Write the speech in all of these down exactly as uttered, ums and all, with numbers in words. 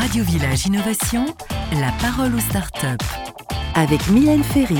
Radio Village Innovation, la parole aux startups. Avec Mylène Ferry.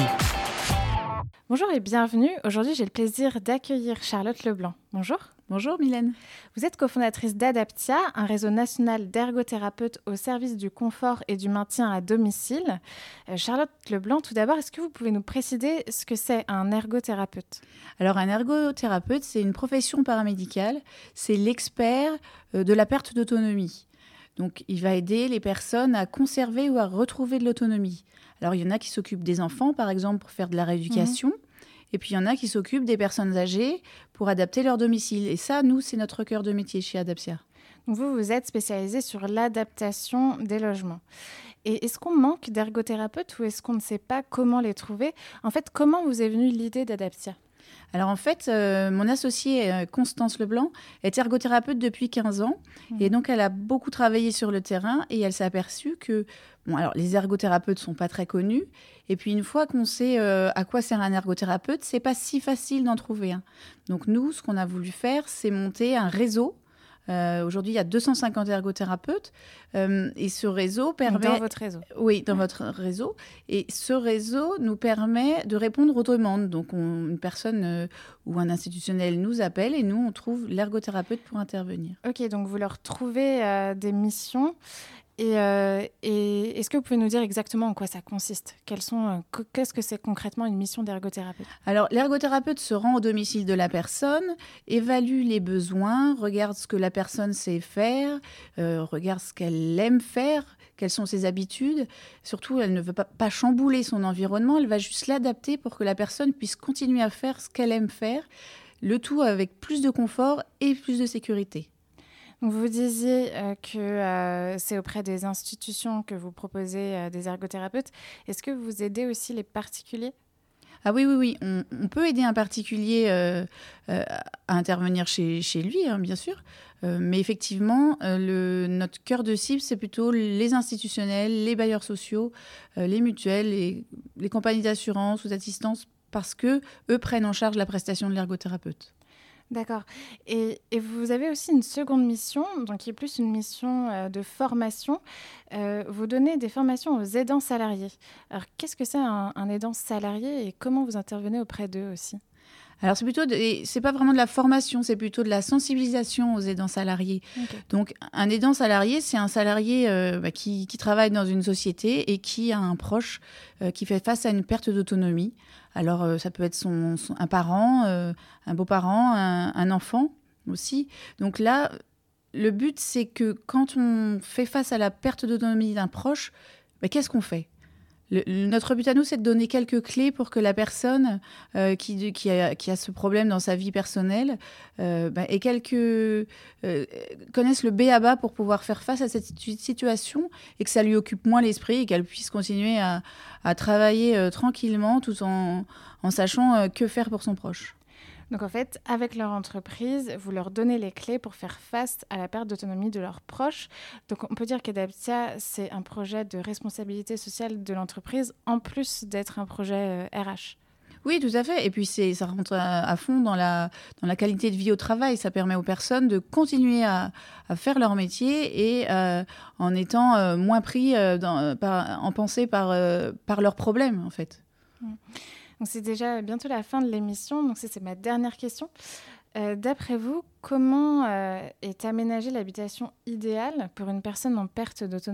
Bonjour et bienvenue. Aujourd'hui, j'ai le plaisir d'accueillir Charlotte Leblanc. Bonjour. Bonjour Mylène. Vous êtes cofondatrice d'Adaptia, un réseau national d'ergothérapeutes au service du confort et du maintien à domicile. Euh, Charlotte Leblanc, tout d'abord, est-ce que vous pouvez nous préciser ce que c'est un ergothérapeute ? Alors un ergothérapeute, c'est une profession paramédicale, c'est l'expert euh, de la perte d'autonomie. Donc il va aider les personnes à conserver ou à retrouver de l'autonomie. Alors il y en a qui s'occupent des enfants, par exemple, pour faire de la rééducation. Mmh. Et puis, il y en a qui s'occupent des personnes âgées pour adapter leur domicile. Et ça, nous, c'est notre cœur de métier chez Adaptia. Donc vous, vous êtes spécialisé sur l'adaptation des logements. Et est-ce qu'on manque d'ergothérapeutes ou est-ce qu'on ne sait pas comment les trouver ? En fait, comment vous est venue l'idée d'Adaptia ? Alors en fait, euh, mon associée euh, Constance Leblanc est ergothérapeute depuis quinze ans. Mmh. Et donc, elle a beaucoup travaillé sur le terrain et elle s'est aperçue que bon, alors, les ergothérapeutes ne sont pas très connus. Et puis, une fois qu'on sait euh, à quoi sert un ergothérapeute, ce n'est pas si facile d'en trouver un. Donc nous, ce qu'on a voulu faire, c'est monter un réseau. Euh, aujourd'hui, il y a deux cent cinquante ergothérapeutes euh, et ce réseau permet... Dans votre réseau. Oui, dans votre réseau. Et ce réseau nous permet de répondre aux demandes. Donc, on, une personne euh, ou un institutionnel nous appelle et nous, on trouve l'ergothérapeute pour intervenir. Ok, donc vous leur trouvez euh, des missions. Et, euh, et est-ce que vous pouvez nous dire exactement en quoi ça consiste ? Quels sont, euh, co- Qu'est-ce que c'est concrètement une mission d'ergothérapeute ? Alors, l'ergothérapeute se rend au domicile de la personne, évalue les besoins, regarde ce que la personne sait faire, euh, regarde ce qu'elle aime faire, quelles sont ses habitudes. Surtout, elle ne veut pas, pas chambouler son environnement, elle va juste l'adapter pour que la personne puisse continuer à faire ce qu'elle aime faire, le tout avec plus de confort et plus de sécurité. Donc vous disiez euh, que euh, c'est auprès des institutions que vous proposez euh, des ergothérapeutes. Est-ce que vous aidez aussi les particuliers ? Ah oui, oui, oui. On, on peut aider un particulier euh, euh, à intervenir chez, chez lui, hein, bien sûr. Euh, mais effectivement, euh, le, notre cœur de cible, c'est plutôt les institutionnels, les bailleurs sociaux, euh, les mutuelles, les, les compagnies d'assurance ou d'assistance, parce qu'eux prennent en charge la prestation de l'ergothérapeute. D'accord. Et, et vous avez aussi une seconde mission, donc qui est plus une mission euh, de formation. Euh, vous donnez des formations aux aidants salariés. Alors, qu'est-ce que c'est un, un aidant salarié et comment vous intervenez auprès d'eux aussi ? Alors, c'est plutôt, de, c'est pas vraiment de la formation, c'est plutôt de la sensibilisation aux aidants salariés. Okay. Donc, un aidant salarié, c'est un salarié euh, bah, qui, qui travaille dans une société et qui a un proche euh, qui fait face à une perte d'autonomie. Alors, euh, ça peut être son, son, un parent, euh, un beau-parent, un, un enfant aussi. Donc là, le but, c'est que quand on fait face à la perte d'autonomie d'un proche, bah, qu'est-ce qu'on fait ? Le, notre but à nous, c'est de donner quelques clés pour que la personne euh, qui, qui, a, qui a ce problème dans sa vie personnelle euh, bah, ait quelques, euh, connaisse le b a ba pour pouvoir faire face à cette situation et que ça lui occupe moins l'esprit et qu'elle puisse continuer à, à travailler euh, tranquillement tout en, en sachant euh, que faire pour son proche. Donc en fait, avec leur entreprise, vous leur donnez les clés pour faire face à la perte d'autonomie de leurs proches. Donc on peut dire qu'Adaptia, c'est un projet de responsabilité sociale de l'entreprise, en plus d'être un projet euh, R H. Oui, tout à fait. Et puis, c'est, ça rentre à, à fond dans la, dans la qualité de vie au travail. Ça permet aux personnes de continuer à, à faire leur métier et euh, en étant euh, moins pris euh, dans, par, en pensée par, euh, par leurs problèmes, en fait. Mmh. Donc, c'est déjà bientôt la fin de l'émission. Donc, ça, c'est ma dernière question. Euh, d'après vous, comment euh, est aménagée l'habitation idéale pour une personne en perte d'autonomie ?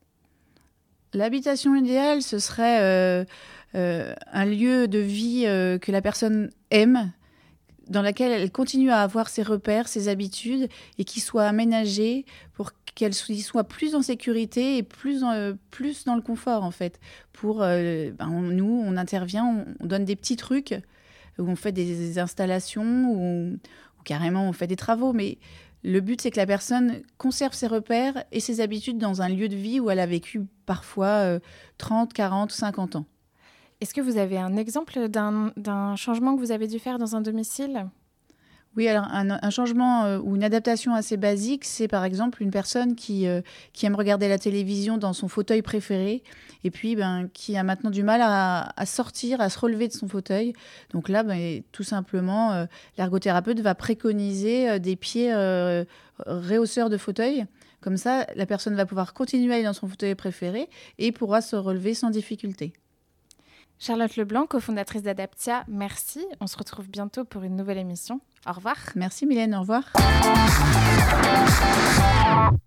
L'habitation idéale, ce serait euh, euh, un lieu de vie euh, que la personne aime, dans laquelle elle continue à avoir ses repères, ses habitudes, et qui soit aménagé pour qu'elle soit plus en sécurité et plus, euh, plus dans le confort, en fait. Pour, euh, ben, on, nous, on intervient, on, on donne des petits trucs, où on fait des installations, ou, ou carrément on fait des travaux, mais le but, c'est que la personne conserve ses repères et ses habitudes dans un lieu de vie où elle a vécu parfois euh, trente, quarante, cinquante ans. Est-ce que vous avez un exemple d'un, d'un changement que vous avez dû faire dans un domicile ? Oui, alors un, un changement euh, ou une adaptation assez basique, c'est par exemple une personne qui, euh, qui aime regarder la télévision dans son fauteuil préféré et puis ben, qui a maintenant du mal à, à sortir, à se relever de son fauteuil. Donc là, ben, tout simplement, euh, l'ergothérapeute va préconiser euh, des pieds euh, réhausseurs de fauteuil. Comme ça, la personne va pouvoir continuer à aller dans son fauteuil préféré et pourra se relever sans difficulté. Charlotte Leblanc, cofondatrice d'Adaptia, merci. On se retrouve bientôt pour une nouvelle émission. Au revoir. Merci Mylène, au revoir.